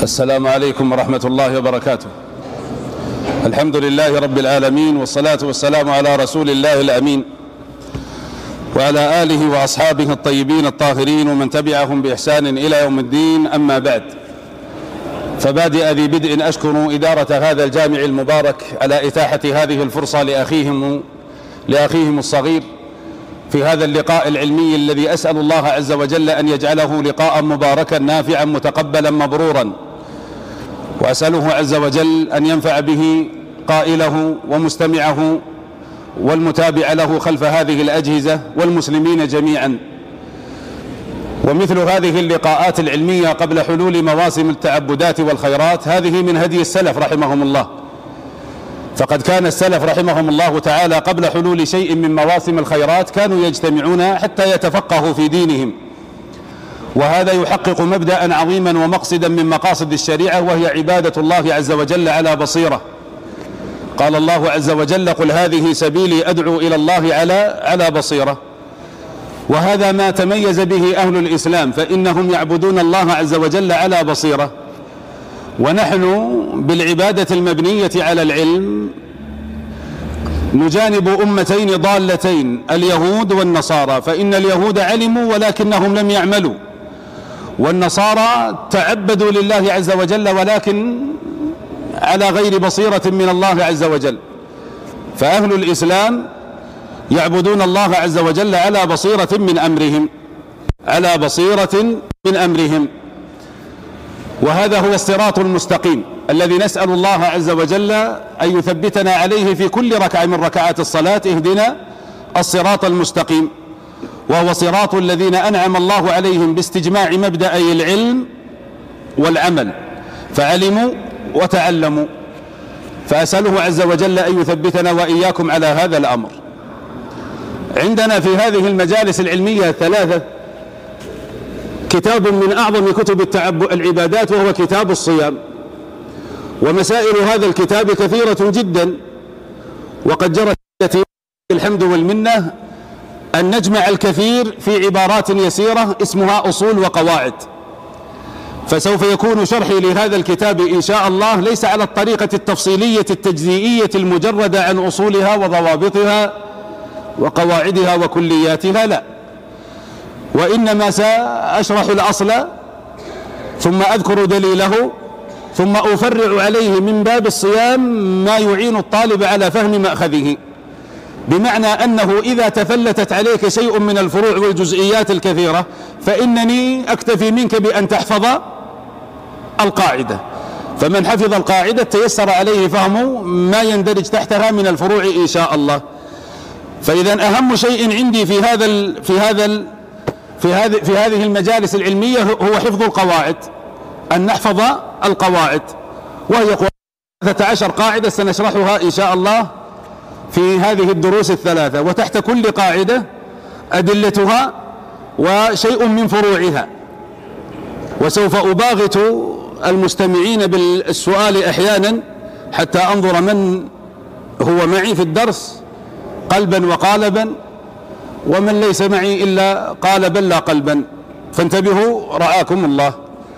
السلام عليكم ورحمة الله وبركاته. الحمد لله رب العالمين، والصلاة والسلام على رسول الله الأمين وعلى آله وأصحابه الطيبين الطاهرين ومن تبعهم بإحسان إلى يوم الدين. أما بعد، فبادئ ذي بدء أشكر إدارة هذا الجامع المبارك على إتاحة هذه الفرصة لأخيهم الصغير في هذا اللقاء العلمي الذي أسأل الله عز وجل أن يجعله لقاء مباركا نافعا متقبلا مبرورا، وأسأله عز وجل أن ينفع به قائله ومستمعه والمتابع له خلف هذه الأجهزة والمسلمين جميعا. ومثل هذه اللقاءات العلمية قبل حلول مواسم التعبدات والخيرات هذه من هدي السلف رحمهم الله، فقد كان السلف رحمهم الله تعالى قبل حلول شيء من مواسم الخيرات كانوا يجتمعون حتى يتفقهوا في دينهم، وهذا يحقق مبدأ عظيما ومقصدا من مقاصد الشريعة، وهي عبادة الله عز وجل على بصيرة. قال الله عز وجل: قل هذه سبيلي أدعو إلى الله على بصيرة. وهذا ما تميز به أهل الإسلام، فإنهم يعبدون الله عز وجل على بصيرة، ونحن بالعبادة المبنية على العلم نجانب أمتين ضالتين، اليهود والنصارى، فإن اليهود علموا ولكنهم لم يعملوا، والنصارى تعبدوا لله عز وجل ولكن على غير بصيرة من الله عز وجل. فأهل الإسلام يعبدون الله عز وجل على بصيرة من أمرهم، وهذا هو الصراط المستقيم الذي نسأل الله عز وجل أن يثبتنا عليه في كل ركعة من ركعات الصلاة. اهدنا الصراط المستقيم، وهو صراط الذين أنعم الله عليهم باستجماع مبدأي العلم والعمل، فعلموا وتعلموا. فأسأله عز وجل أن يثبتنا وإياكم على هذا الأمر. عندنا في هذه المجالس العلمية الثلاثة كتاب من أعظم كتب العبادات، وهو كتاب الصيام، ومسائل هذا الكتاب كثيرة جدا، وقد جرت الحمد والمنة أن نجمع الكثير في عبارات يسيرة اسمها أصول وقواعد. فسوف يكون شرحي لهذا الكتاب إن شاء الله ليس على الطريقة التفصيلية التجزئية المجردة عن أصولها وضوابطها وقواعدها وكلياتها، لا، وإنما سأشرح الأصل ثم أذكر دليله ثم أفرع عليه من باب الصيام ما يعين الطالب على فهم مأخذه، بمعنى أنه إذا تفلتت عليك شيء من الفروع والجزئيات الكثيرة فإنني أكتفي منك بأن تحفظ القاعدة، فمن حفظ القاعدة تيسر عليه فهم ما يندرج تحتها من الفروع إن شاء الله. فإذا أهم شيء عندي في هذه المجالس العلمية هو حفظ القواعد، أن نحفظ القواعد، وهي 13 قاعدة سنشرحها إن شاء الله في هذه الدروس الثلاثة، وتحت كل قاعدة أدلتها وشيء من فروعها. وسوف أباغت المستمعين بالسؤال أحيانا حتى أنظر من هو معي في الدرس قلبا وقالبا، ومن ليس معي إلا قالبا لا قلبا، فانتبهوا رعاكم الله.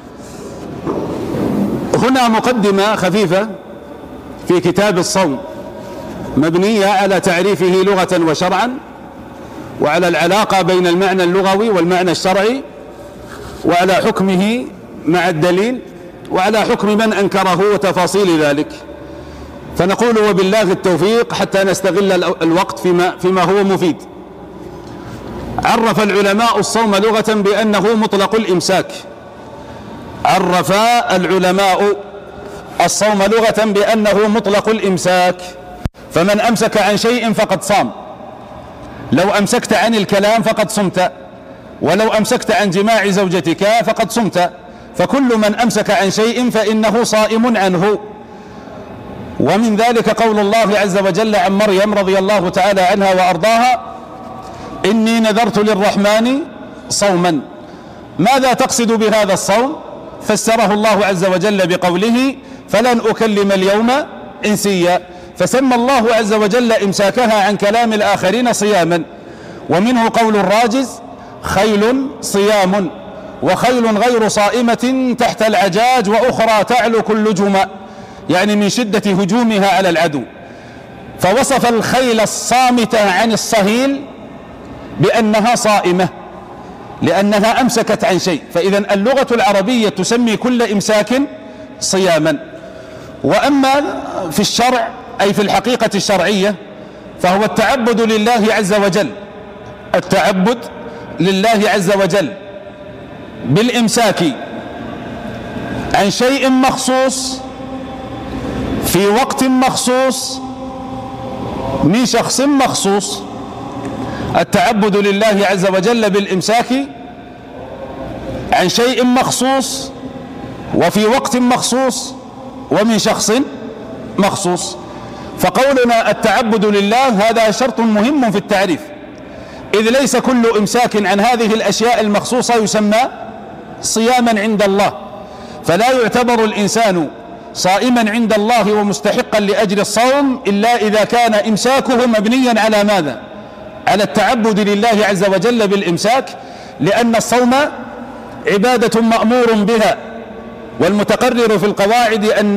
هنا مقدمة خفيفة في كتاب الصوم مبنية على تعريفه لغة وشرعا، وعلى العلاقة بين المعنى اللغوي والمعنى الشرعي، وعلى حكمه مع الدليل، وعلى حكم من أنكره وتفاصيل ذلك. فنقول وبالله التوفيق حتى نستغل الوقت فيما هو مفيد. عرف العلماء الصوم لغة بأنه مطلق الإمساك. عرف العلماء الصوم لغة بأنه مطلق الإمساك، فمن أمسك عن شيء فقد صام. لو أمسكت عن الكلام فقد صمت، ولو أمسكت عن جماع زوجتك فقد صمت، فكل من أمسك عن شيء فإنه صائم عنه. ومن ذلك قول الله عز وجل عن مريم رضي الله تعالى عنها وأرضاها: إني نذرت للرحمن صوما. ماذا تقصد بهذا الصوم؟ فسره الله عز وجل بقوله: فلن أكلم اليوم إنسيا. فسمى الله عز وجل إمساكها عن كلام الآخرين صياما. ومنه قول الراجز: خيل صيام. وخيل غير صائمة تحت العجاج وأخرى تعلو كل جمى، يعني من شدة هجومها على العدو. فوصف الخيل الصامتة عن الصهيل بأنها صائمة لأنها أمسكت عن شيء. فإذا اللغة العربية تسمي كل إمساك صياما. وأما في الشرع أي في الحقيقة الشرعية فهو التعبد لله عز وجل، التعبد لله عز وجل بالإمساك عن شيء مخصوص في وقت مخصوص من شخص مخصوص. التعبد لله عز وجل بالإمساك عن شيء مخصوص وفي وقت مخصوص ومن شخص مخصوص. فقولنا التعبد لله هذا شرط مهم في التعريف، إذ ليس كل إمساك عن هذه الأشياء المخصوصة يسمى صياما عند الله، فلا يعتبر الإنسان صائما عند الله ومستحقا لأجر الصوم إلا إذا كان إمساكه مبنيا على ماذا؟ على التعبد لله عز وجل بالإمساك، لأن الصوم عبادة مأمور بها، والمتقرر في القواعد أن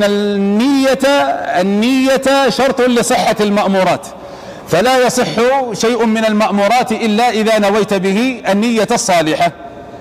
النية شرط لصحة المأمورات، فلا يصح شيء من المأمورات إلا إذا نويت به النية الصالحة.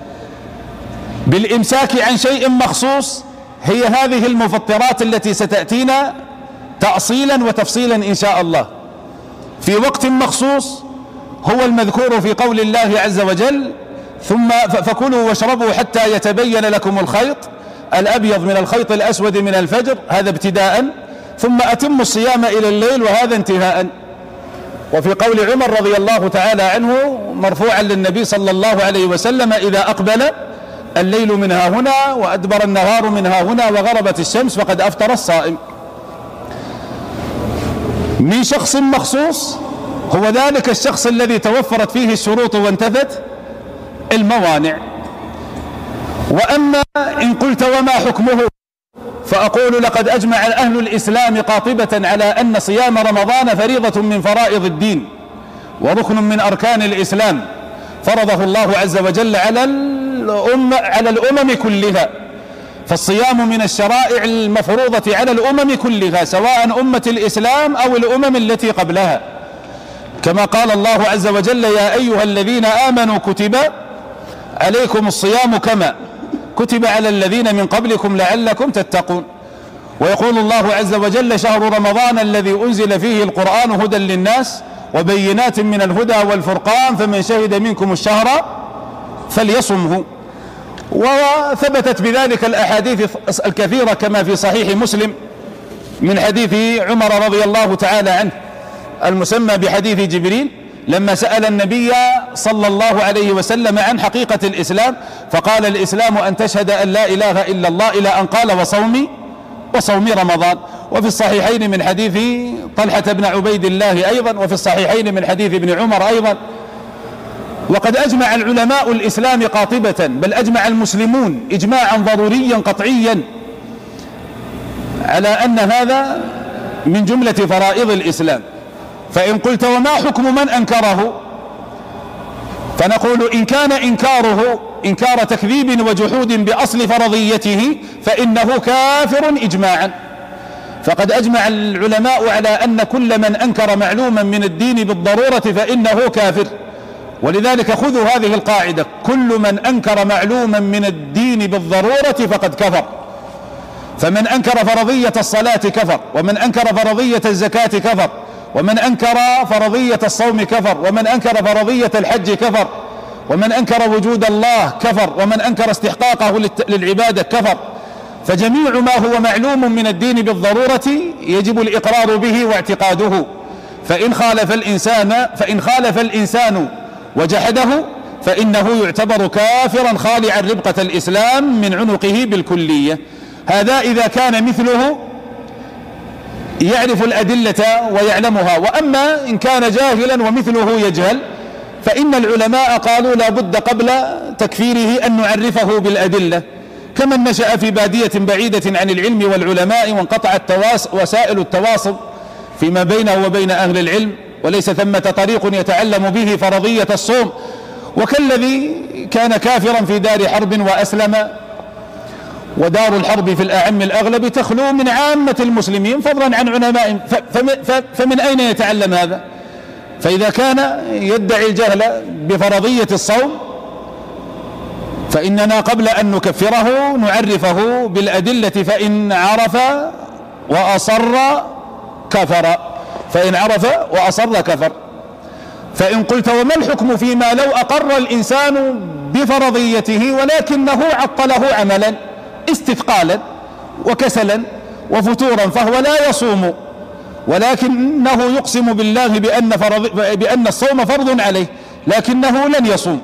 بالإمساك عن شيء مخصوص هي هذه المفطرات التي ستأتينا تأصيلا وتفصيلا إن شاء الله. في وقت مخصوص هو المذكور في قول الله عز وجل ثم فكلوا واشربوا حتى يتبين لكم الخيط الأبيض من الخيط الأسود من الفجر، هذا ابتداء، ثم أتموا الصيام إلى الليل، وهذا انتهاء. وفي قول عمر رضي الله تعالى عنه مرفوعا للنبي صلى الله عليه وسلم إذا أقبل الليل من ها هنا وأدبر النهار من ها هنا وغربت الشمس فقد أفطر الصائم. من شخص مخصوص هو ذلك الشخص الذي توفرت فيه الشروط وانتفت الموانع. وأما إن قلت وما حكمه فأقول لقد أجمع أهل الإسلام قاطبة على أن صيام رمضان فريضة من فرائض الدين وركن من أركان الإسلام فرضه الله عز وجل على الأمم كلها. فالصيام من الشرائع المفروضة على الأمم كلها سواء أمة الإسلام أو الأمم التي قبلها، كما قال الله عز وجل يا أيها الذين آمنوا كتب عليكم الصيام كما كتب على الذين من قبلكم لعلكم تتقون. ويقول الله عز وجل شهر رمضان الذي أنزل فيه القرآن هدى للناس وبينات من الهدى والفرقان فمن شهد منكم الشهر فليصمه. وثبتت بذلك الأحاديث الكثيرة كما في صحيح مسلم من حديث عمر رضي الله تعالى عنه المسمى بحديث جبريل لما سأل النبي صلى الله عليه وسلم عن حقيقة الإسلام فقال الإسلام أن تشهد أن لا إله إلا الله إلى أن قال وصوم رمضان. وفي الصحيحين من حديث طلحة بن عبيد الله أيضا، وفي الصحيحين من حديث ابن عمر أيضا. وقد أجمع العلماء الإسلام قاطبة، بل أجمع المسلمون إجماعا ضروريا قطعيا على أن هذا من جملة فرائض الإسلام. فإن قلت وما حكم من أنكره فنقول إن كان إنكاره إنكار تكذيب وجحود بأصل فرضيته فإنه كافر إجماعا. فقد أجمع العلماء على أن كل من أنكر معلوما من الدين بالضرورة فإنه كافر. ولذلك خذوا هذه القاعدة: كل من أنكر معلوما من الدين بالضرورة فقد كفر. فمن أنكر فرضية الصلاة كفر، ومن أنكر فرضية الزكاة كفر، ومن أنكر فرضية الصوم كفر، ومن أنكر فرضية الحج كفر، ومن أنكر وجود الله كفر، ومن أنكر استحقاقه للعبادة كفر. فجميع ما هو معلوم من الدين بالضرورة يجب الإقرار به واعتقاده. فإن خالف الإنسان وجحده فإنه يعتبر كافرا خالعا ربقة الإسلام من عنقه بالكلية. هذا إذا كان مثله يعرف الأدلة ويعلمها. وأما إن كان جاهلا ومثله يجهل فإن العلماء قالوا لا بد قبل تكفيره أن نعرفه بالأدلة، كمن نشأ في بادية بعيدة عن العلم والعلماء وانقطعت وسائل التواصل فيما بينه وبين أهل العلم وليس ثمة طريق يتعلم به فرضية الصوم وكالذي كان كافرا في دار حرب وأسلم، ودار الحرب في الأعم الأغلب تخلو من عامة المسلمين فضلا عن علمائهم، فمن أين يتعلم هذا؟ فإذا كان يدعي الجهل بفرضية الصوم فإننا قبل أن نكفره نعرفه بالأدلة، فإن عرف وأصر كفر، فإن عرف وأصر كفر. فإن قلت وما الحكم فيما لو أقر الإنسان بفرضيته ولكنه عطله عملا استثقالا وكسلا وفتورا، فهو لا يصوم ولكنه يقسم بالله بأن الصوم فرض عليه لكنه لن يصوم،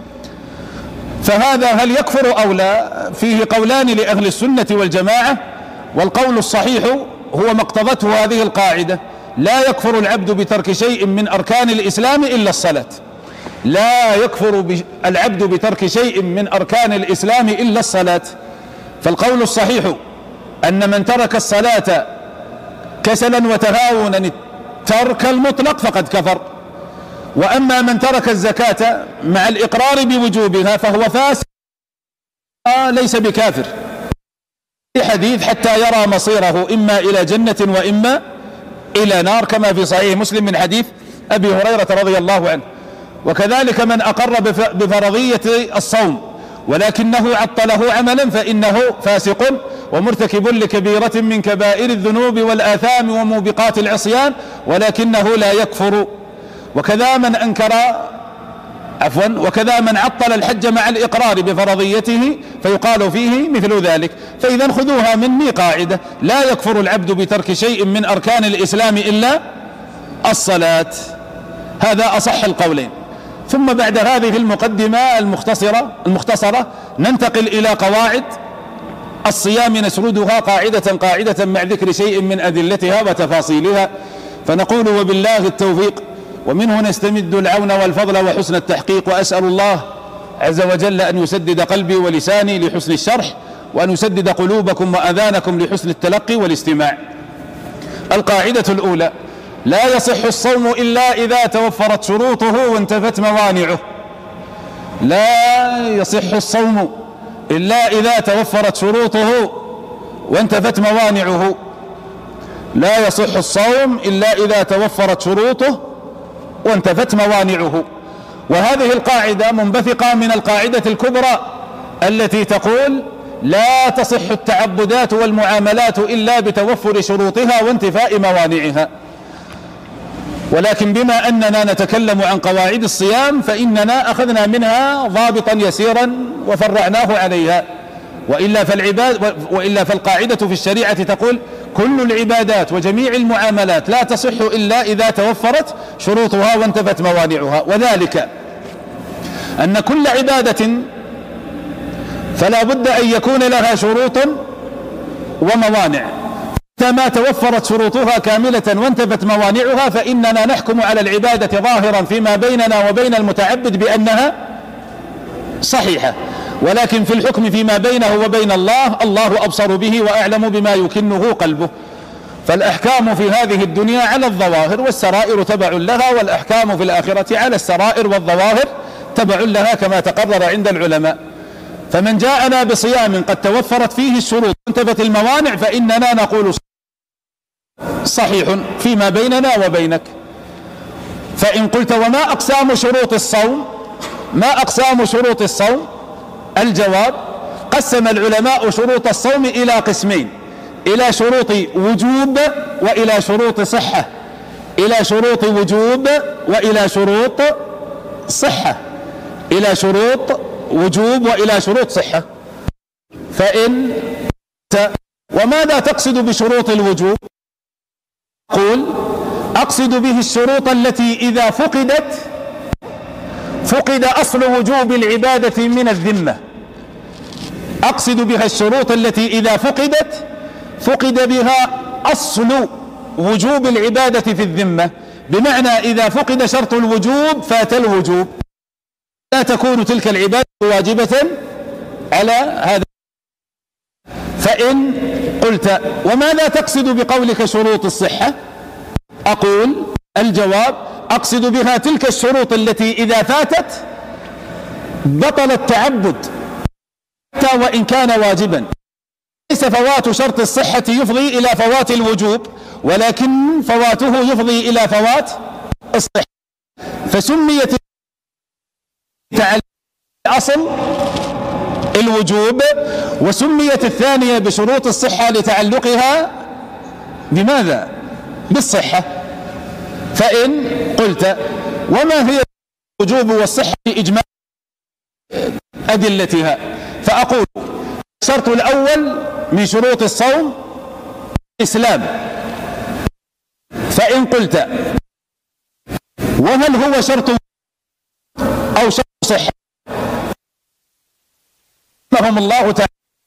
فهذا هل يكفر أو لا؟ فيه قولان لأهل السنة والجماعة، والقول الصحيح هو ما اقتضته هذه القاعدة: لا يكفر العبد بترك شيء من أركان الإسلام إلا الصلاة. لا يكفر العبد بترك شيء من أركان الإسلام إلا الصلاة. فالقول الصحيح أن من ترك الصلاة كسلا وتهاونا الترك المطلق فقد كفر، وأما من ترك الزكاة مع الإقرار بوجوبها فهو فاسق ليس بكافر، في حديث حتى يرى مصيره إما إلى جنة وإما إلى نار، كما في صحيح مسلم من حديث أبي هريرة رضي الله عنه. وكذلك من أقر بفرضية الصوم ولكنه عطله عملا فإنه فاسق ومرتكب لكبيرة من كبائر الذنوب والآثام وموبقات العصيان ولكنه لا يكفر. وكذا من عطل الحج مع الإقرار بفرضيته فيقال فيه مثل ذلك. فإذا خذوها مني قاعدة: لا يكفر العبد بترك شيء من أركان الإسلام إلا الصلاة. هذا أصح القولين. ثم بعد هذه المقدمة المختصرة ننتقل إلى قواعد الصيام نسردها قاعدة مع ذكر شيء من أدلتها وتفاصيلها. فنقول وبالله التوفيق، ومنه نستمد العون والفضل وحسن التحقيق، وأسأل الله عز وجل أن يسدد قلبي ولساني لحسن الشرح، وأن يسدد قلوبكم وأذانكم لحسن التلقي والاستماع. القاعدة الأولى: لا يصح الصوم إلا إذا توفرت شروطه وانتفت موانعه. لا يصح الصوم إلا إذا توفرت شروطه وانتفت موانعه. لا يصح الصوم إلا إذا توفرت شروطه وانتفت موانعه. وهذه القاعدة منبثقة من القاعدة الكبرى التي تقول: لا تصح التعبدات والمعاملات إلا بتوفر شروطها وانتفاء موانعها. ولكن بما أننا نتكلم عن قواعد الصيام فإننا أخذنا منها ضابطا يسيرا وفرعناه عليها، وإلا فالقاعدة في الشريعة تقول: كل العبادات وجميع المعاملات لا تصح إلا إذا توفرت شروطها وانتفت موانعها. وذلك أن كل عبادة فلا بد أن يكون لها شروط وموانع، ما توفرت شروطها كاملة وانتفت موانعها فإننا نحكم على العبادة ظاهرا فيما بيننا وبين المتعبد بأنها صحيحة، ولكن في الحكم فيما بينه وبين الله أبصر به وأعلم بما يكنه قلبه. فالأحكام في هذه الدنيا على الظواهر والسرائر تبع لها، والأحكام في الآخرة على السرائر والظواهر تبع لها كما تقرر عند العلماء. فمن جاءنا بصيام قد توفرت فيه الشروط وانتفت الموانع فإننا نقول صحيح فيما بيننا وبينك. فإن قلت وما أقسام شروط الصوم؟ ما أقسام شروط الصوم؟ الجواب: قسم العلماء شروط الصوم إلى قسمين: إلى شروط وجوب وإلى شروط صحة. إلى شروط وجوب وإلى شروط صحة. إلى شروط وجوب وإلى شروط صحة. وماذا تقصد بشروط الوجوب؟ قل: أقصد به الشروط التي إذا فقد أصل وجوب العبادة من الذمة. أقصد بها الشروط التي إذا فقد بها أصل وجوب العبادة في الذمة، بمعنى إذا فقد شرط الوجوب فات الوجوب، لا تكون تلك العبادة واجبة على هذا. فإن قلت وماذا تقصد بقولك شروط الصحة؟ أقول: الجواب: أقصد بها تلك الشروط التي إذا فاتت بطل التعبد حتى وإن كان واجبا. ليس فوات شرط الصحة يفضي إلى فوات الوجوب، ولكن فواته يفضي إلى فوات الصحة. فسميت أصل الوجوب، وسميت الثانية بشروط الصحة لتعلقها بماذا؟ بالصحة. فإن قلت وما هي الوجوب والصحة بإجماع أدلتها، فأقول الشرط الأول من شروط الصوم الإسلام. فإن قلت وهل هو شرط أو شرط صحة، رحمهم الله تعالى.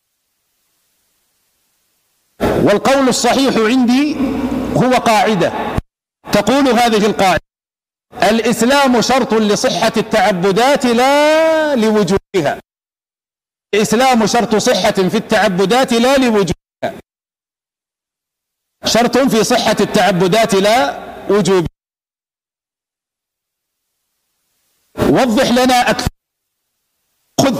والقول الصحيح عندي هو قاعدة تقول هذه القاعدة: الإسلام شرط لصحة التعبدات لا لوجوبها. الإسلام شرط صحة في التعبدات لا لوجوبها، شرط في صحة التعبدات لا وجوبها. وضح لنا أكثر. خذ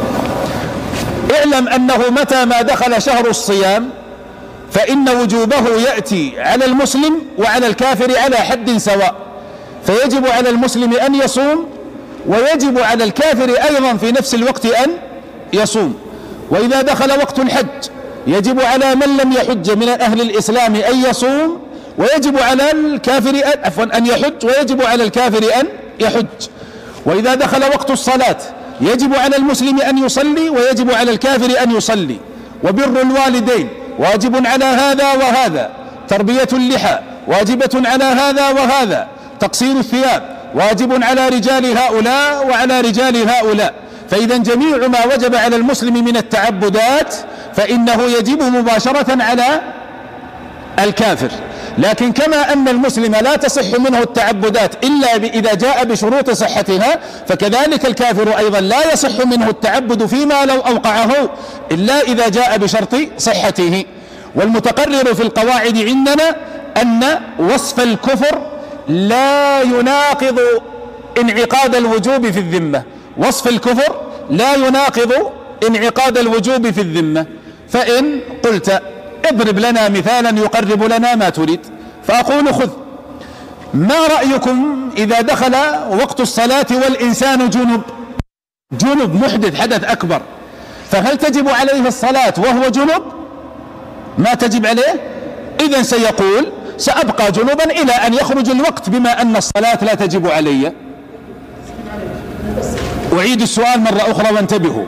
اعلم أنه متى ما دخل شهر الصيام فإن وجوبه يأتي على المسلم وعلى الكافر على حد سواء، فيجب على المسلم أن يصوم، ويجب على الكافر أيضا في نفس الوقت أن يصوم. وإذا دخل وقت الحج يجب على من لم يحج من أهل الإسلام أن يصوم، ويجب على الكافر أن يحج، ويجب على الكافر أن يحج. وإذا دخل وقت الصلاة يجب على المسلم أن يصلي، ويجب على الكافر أن يصلي. وبر الوالدين واجب على هذا وهذا، تربية اللحى واجبة على هذا وهذا، تقصير الثياب واجب على رجال هؤلاء وعلى رجال هؤلاء. فإذا جميع ما وجب على المسلم من التعبدات فإنه يجب مباشرة على الكافر. لكن كما أن المسلم لا تصح منه التعبدات إلا إذا جاء بشروط صحتها، فكذلك الكافر أيضا لا يصح منه التعبد فيما لو أوقعه إلا إذا جاء بشرط صحته. والمتقرر في القواعد عندنا أن وصف الكفر لا يناقض انعقاد الوجوب في الذمة. وصف الكفر لا يناقض انعقاد الوجوب في الذمة. فإن قلت اضرب لنا مثالا يقرب لنا ما تريد، فأقول خذ ما رأيكم إذا دخل وقت الصلاة والإنسان جنب محدث حدث أكبر، فهل تجب عليه الصلاة وهو جنب؟ ما تجب عليه. إذن سيقول سأبقى جنبا إلى أن يخرج الوقت، بما أن الصلاة لا تجب علي. أعيد السؤال مرة أخرى وانتبهوا.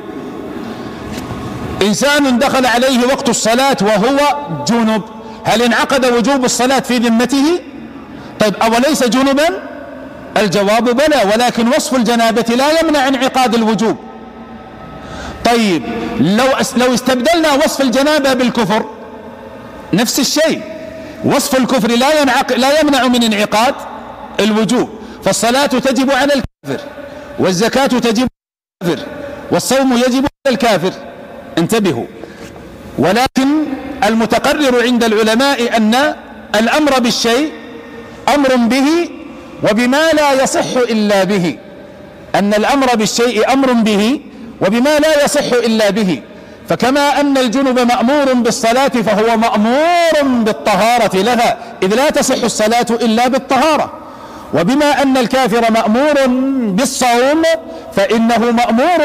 إنسان دخل عليه وقت الصلاة وهو جنب، هل انعقد وجوب الصلاة في ذمته؟ طيب أوليس جنبا؟ الجواب بلى، ولكن وصف الجنابة لا يمنع انعقاد الوجوب. طيب لو استبدلنا وصف الجنابة بالكفر نفس الشيء، وصف الكفر لا يمنع من انعقاد الوجوب. فالصلاة تجب على الكافر، والزكاة تجب على الكافر، والصوم يجب على الكافر. انتبهوا. ولكن المتقرر عند العلماء أن الأمر بالشيء أمر به وبما لا يصح إلا به، أن الأمر بالشيء أمر به وبما لا يصح إلا به. فكما أن الجنب مأمور بالصلاة فهو مأمور بالطهارة لها، إذ لا تصح الصلاة إلا بالطهارة. وبما أن الكافر مأمور بالصوم فإنه مأمور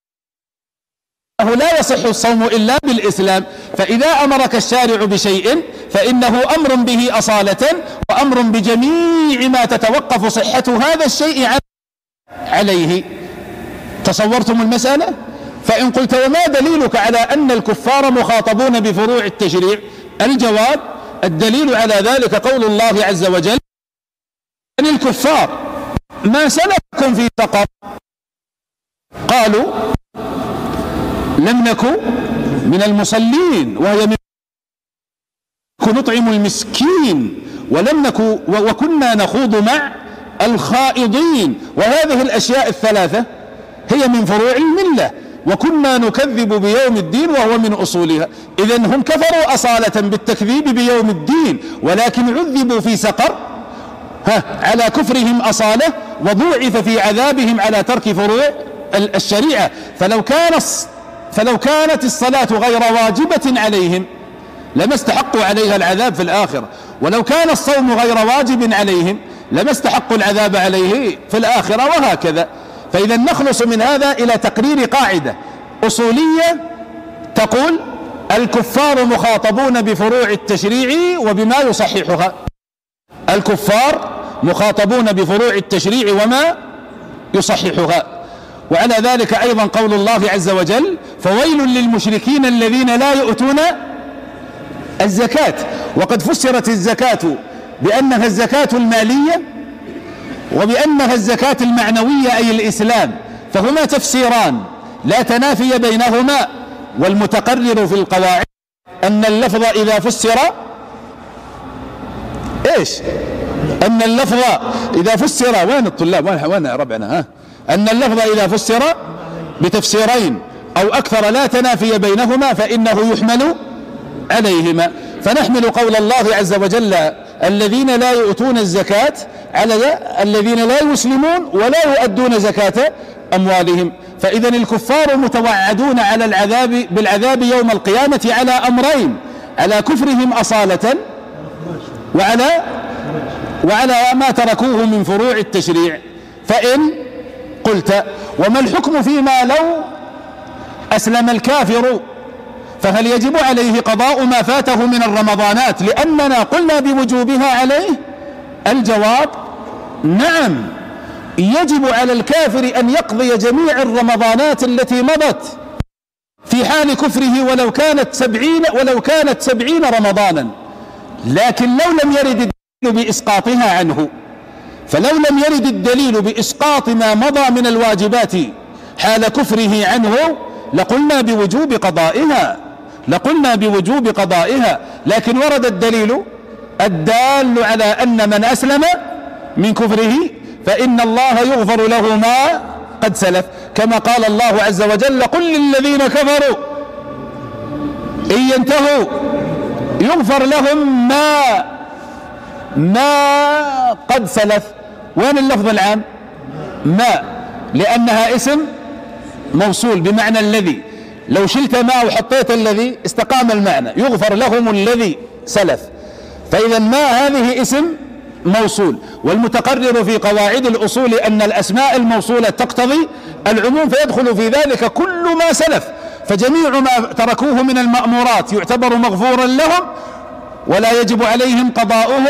لا يصح الصوم إلا بالإسلام. فإذا أمرك الشارع بشيء فإنه أمر به أصالة، وأمر بجميع ما تتوقف صحة هذا الشيء عليه. تصورتم المسألة؟ فإن قلت وما دليلك على أن الكفار مخاطبون بفروع التشريع؟ الجواب الدليل على ذلك قول الله عز وجل: أن الكفار ما سلككم في سقر؟ قالوا لم نكن من المصلين، وهي من نطعم المسكين، ولم نكن وكنا نخوض مع الخائضين. وهذه الأشياء الثلاثة هي من فروع الملة، وكنا نكذب بيوم الدين وهو من أصولها. إذن هم كفروا أصالة بالتكذيب بيوم الدين، ولكن عذبوا في سقر على كفرهم أصالة، وضوعف في عذابهم على ترك فروع الشريعة. فلو كانت الصلاة غير واجبة عليهم لما استحقوا عليها العذاب في الآخرة، ولو كان الصوم غير واجب عليهم لما استحقوا العذاب عليه في الآخرة، وهكذا. فإذا نخلص من هذا إلى تقرير قاعدة أصولية تقول: الكفار مخاطبون بفروع التشريع وبما يصححها. الكفار مخاطبون بفروع التشريع وما يصححها. وعلى ذلك أيضا قول الله عز وجل: فويل للمشركين الذين لا يؤتون الزكاة. وقد فسرت الزكاة بأنها الزكاة المالية وبأنها الزكاة المعنوية أي الإسلام، فهما تفسيران لا تنافي بينهما. والمتقرر في القواعد أن اللفظ إذا فسر أن اللفظ إذا فسر وين الطلاب وين ربعنا أن اللفظ إذا فسر بتفسيرين أو أكثر لا تنافي بينهما فإنه يحمل عليهما. فنحمل قول الله عز وجل: الذين لا يؤتون الزكاة، على الذين لا يسلمون ولا يؤدون زكاة أموالهم. فإذا الكفار متوعدون على بالعذاب يوم القيامة على أمرين: على كفرهم أصالة وعلى ما تركوه من فروع التشريع. فإن قلت: وما الحكم فيما لو أسلم الكافر، فهل يجب عليه قضاء ما فاته من الرمضانات لأننا قلنا بوجوبها عليه؟ الجواب: نعم، يجب على الكافر أن يقضي جميع الرمضانات التي مضت في حال كفره ولو كانت 70 رمضانا. لكن لو لم يرد الدليل بإسقاطها عنه، فلو لم يرد الدليل بإسقاط ما مضى من الواجبات حال كفره عنه لقلنا بوجوب قضائها. لكن ورد الدليل الدال على أن من أسلم من كفره فإن الله يغفر له ما قد سلف، كما قال الله عز وجل: قل للذين كفروا إن ينتهوا يغفر لهم ما قد سلف. وين اللفظ العام؟ ما، لأنها اسم موصول بمعنى الذي، لو شلت ما وحطيت الذي استقام المعنى، يغفر لهم الذي سلف. فإذا ما هذه اسم موصول. والمتقرر في قواعد الأصول أن الأسماء الموصولة تقتضي العموم، فيدخل في ذلك كل ما سلف. فجميع ما تركوه من المأمورات يعتبر مغفورا لهم ولا يجب عليهم قضاؤه،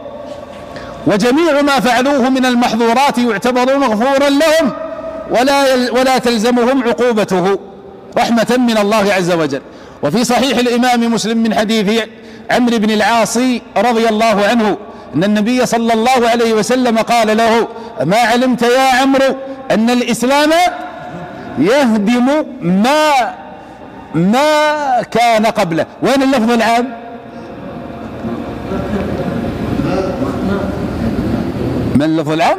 وجميع ما فعلوه من المحظورات يعتبر مغفورا لهم ولا تلزمهم عقوبته رحمة من الله عز وجل. وفي صحيح الإمام مسلم من حديث عمرو بن العاص رضي الله عنه أن النبي صلى الله عليه وسلم قال له: ما علمت يا عمرو أن الإسلام يهدم ما كان قبله. وين اللفظ العام؟ ما اللفظ العام؟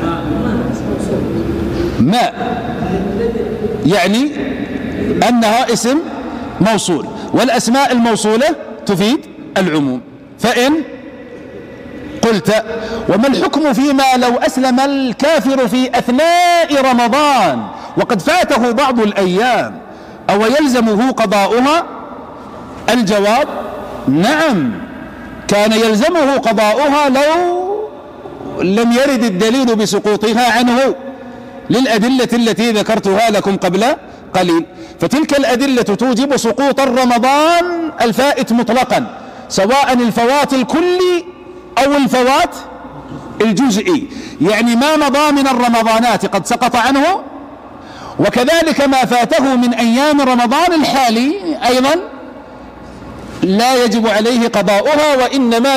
ما، يعني أنها اسم موصول، والأسماء الموصولة تفيد العموم. فإن قلت: وما الحكم فيما لو أسلم الكافر في أثناء رمضان وقد فاته بعض الأيام أو يلزمه قضاؤها؟ الجواب: نعم، كان يلزمه قضاؤها لو لم يرد الدليل بسقوطها عنه للأدلة التي ذكرتها لكم قبل قليل. فتلك الأدلة توجب سقوط الرمضان الفائت مطلقا، سواء الفوات الكلي أو الفوات الجزئي، يعني ما مضى من الرمضانات قد سقط عنه، وكذلك ما فاته من أيام رمضان الحالي أيضا لا يجب عليه قضاؤها، وإنما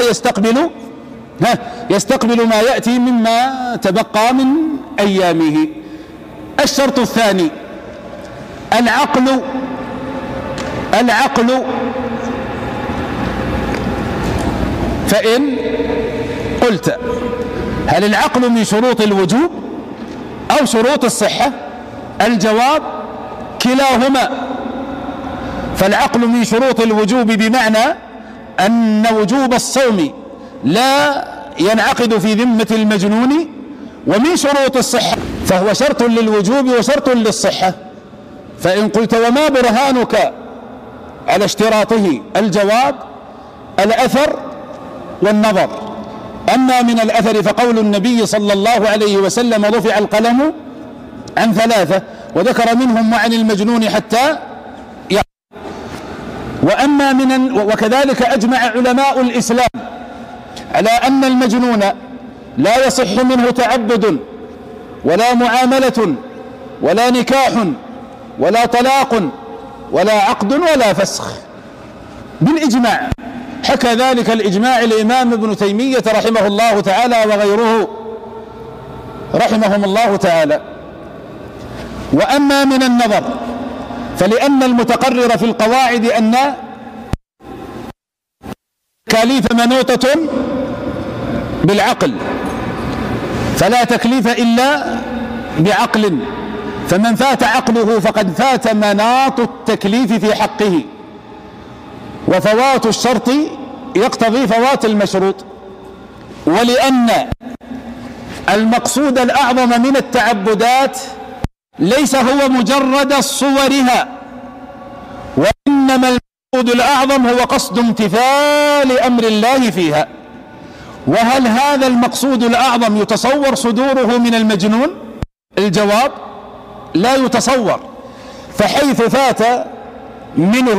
يستقبل ما يأتي مما تبقى من أيامه. الشرط الثاني: العقل. فإن قلت: هل العقل من شروط الوجوب أو شروط الصحة؟ الجواب: كلاهما. فالعقل من شروط الوجوب بمعنى أن وجوب الصوم لا ينعقد في ذمة المجنون، ومن شروط الصحة فهو شرط للوجوب وشرط للصحة. فإن قلت وما برهانك على اشتراطه؟ الجواب الأثر والنظر. أما من الأثر فقول النبي صلى الله عليه وسلم رفع القلم عن ثلاثة، وذكر منهم وعن المجنون حتى وكذلك أجمع علماء الإسلام على أن المجنون لا يصح منه تعبد ولا معاملة ولا نكاح ولا طلاق ولا عقد ولا فسخ بالإجماع. حكى ذلك الإجماع الإمام ابن تيمية رحمه الله تعالى وغيره رحمهم الله تعالى. وأما من النظر فلأن المتقرر في القواعد أن التكاليف منوطة بالعقل، فلا تكليف إلا بعقل، فمن فات عقله فقد فات مناط التكليف في حقه، وفوات الشرط يقتضي فوات المشروط. ولأن المقصود الأعظم من التعبدات ليس هو مجرد صورها، وإنما المقصود الأعظم هو قصد امتثال أمر الله فيها. وهل هذا المقصود الأعظم يتصور صدوره من المجنون؟ الجواب لا يتصور. فحيث فات منه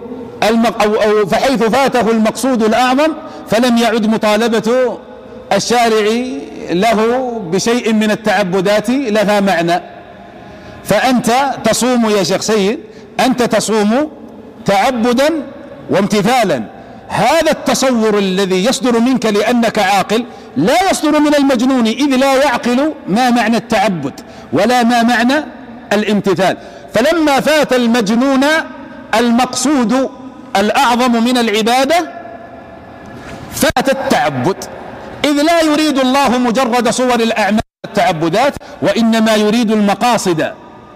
فحيث فاته المقصود الأعظم فلم يعد مطالبة الشارع له بشيء من التعبدات لها معنى. فأنت تصوم يا شيخ سيد، أنت تصوم تعبدا وامتثالا. هذا التصور الذي يصدر منك لأنك عاقل لا يصدر من المجنون، إذ لا يعقل ما معنى التعبد ولا ما معنى الامتثال. فلما فات المجنون المقصود الأعظم من العبادة فات التعبد، إذ لا يريد الله مجرد صور الأعمال والتعبدات، وإنما يريد المقاصد.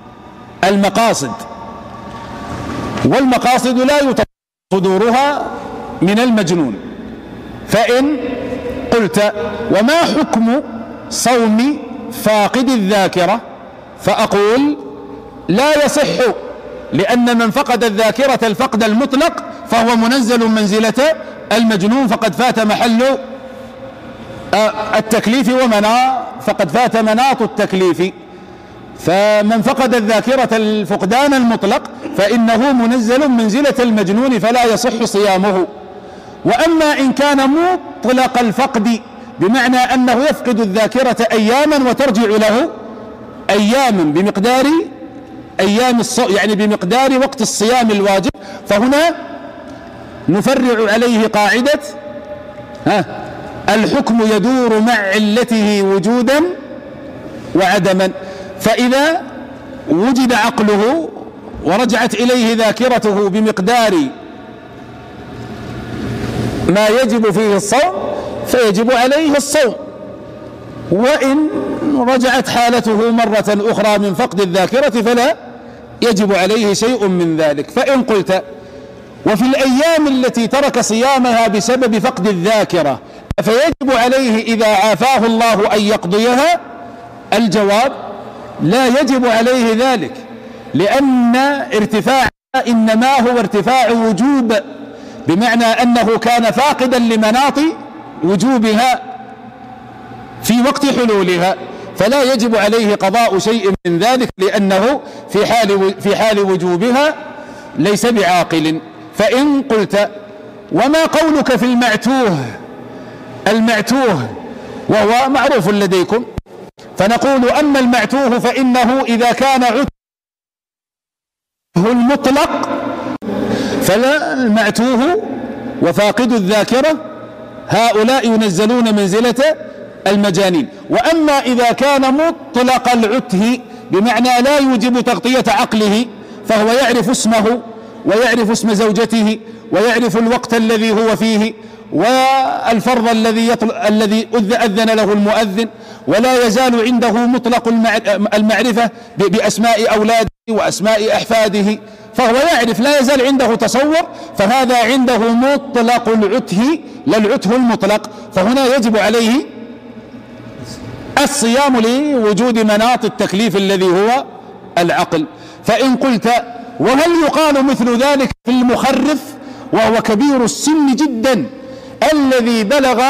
والمقاصد لا يتصور صدورها من المجنون. فإن قلت وما حكم صوم فاقد الذاكرة؟ فأقول لا يصح، لأن من فقد الذاكرة الفقد المطلق فهو منزل منزلة المجنون، فقد فات محل التكليف فقد فات مناط التكليف. فمن فقد الذاكرة الفقدان المطلق فإنه منزل منزلة المجنون فلا يصح صيامه. وأما إن كان مطلق الفقد بمعنى أنه يفقد الذاكرة أياما وترجع له أياما بمقدار يعني بمقدار وقت الصيام الواجب، فهنا نفرع عليه قاعدة الحكم يدور مع علته وجودا وعدما. فإذا وجد عقله ورجعت إليه ذاكرته بمقدار ما يجب فيه الصوم فيجب عليه الصوم، وإن رجعت حالته مرة أخرى من فقد الذاكرة فلا يجب عليه شيء من ذلك. فإن قلت وفي الأيام التي ترك صيامها بسبب فقد الذاكرة فيجب عليه إذا عافاه الله أن يقضيها؟ الجواب لا يجب عليه ذلك، لأن ارتفاع إنما هو ارتفاع وجوب، بمعنى أنه كان فاقدا لمناط وجوبها في وقت حلولها، فلا يجب عليه قضاء شيء من ذلك، لأنه في حال وجوبها ليس بعاقل. فإن قلت وما قولك في المعتوه وهو معروف لديكم؟ فنقول أما المعتوه فإنه إذا كان عتوه المطلق فلا المعتوه وفاقد الذاكرة هؤلاء ينزلون منزلة المجانين. وأما إذا كان مطلق العته بمعنى لا يوجب تغطية عقله، فهو يعرف اسمه ويعرف اسم زوجته ويعرف الوقت الذي هو فيه والفرض الذي أذن له المؤذن، ولا يزال عنده مطلق المعرفة بأسماء أولاده وأسماء أحفاده، فهو يعرف لا يزال عنده تصور، فهذا عنده مطلق العته لا العته المطلق، فهنا يجب عليه الصيام لوجود مناط التكليف الذي هو العقل. فإن قلت وهل يقال مثل ذلك في المخرف وهو كبير السن جدا الذي بلغ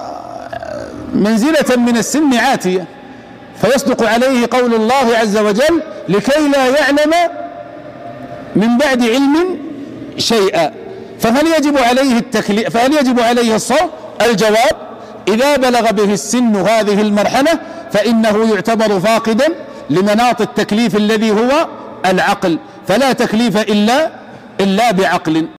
منزلة من السن عاتية، فيصدق عليه قول الله عز وجل لكي لا يعلم من بعد علم شيئا، فهل يجب عليه الصوم؟ الجواب: إذا بلغ به السن هذه المرحلة فإنه يعتبر فاقدا لمناط التكليف الذي هو العقل، فلا تكليف إلا بعقل.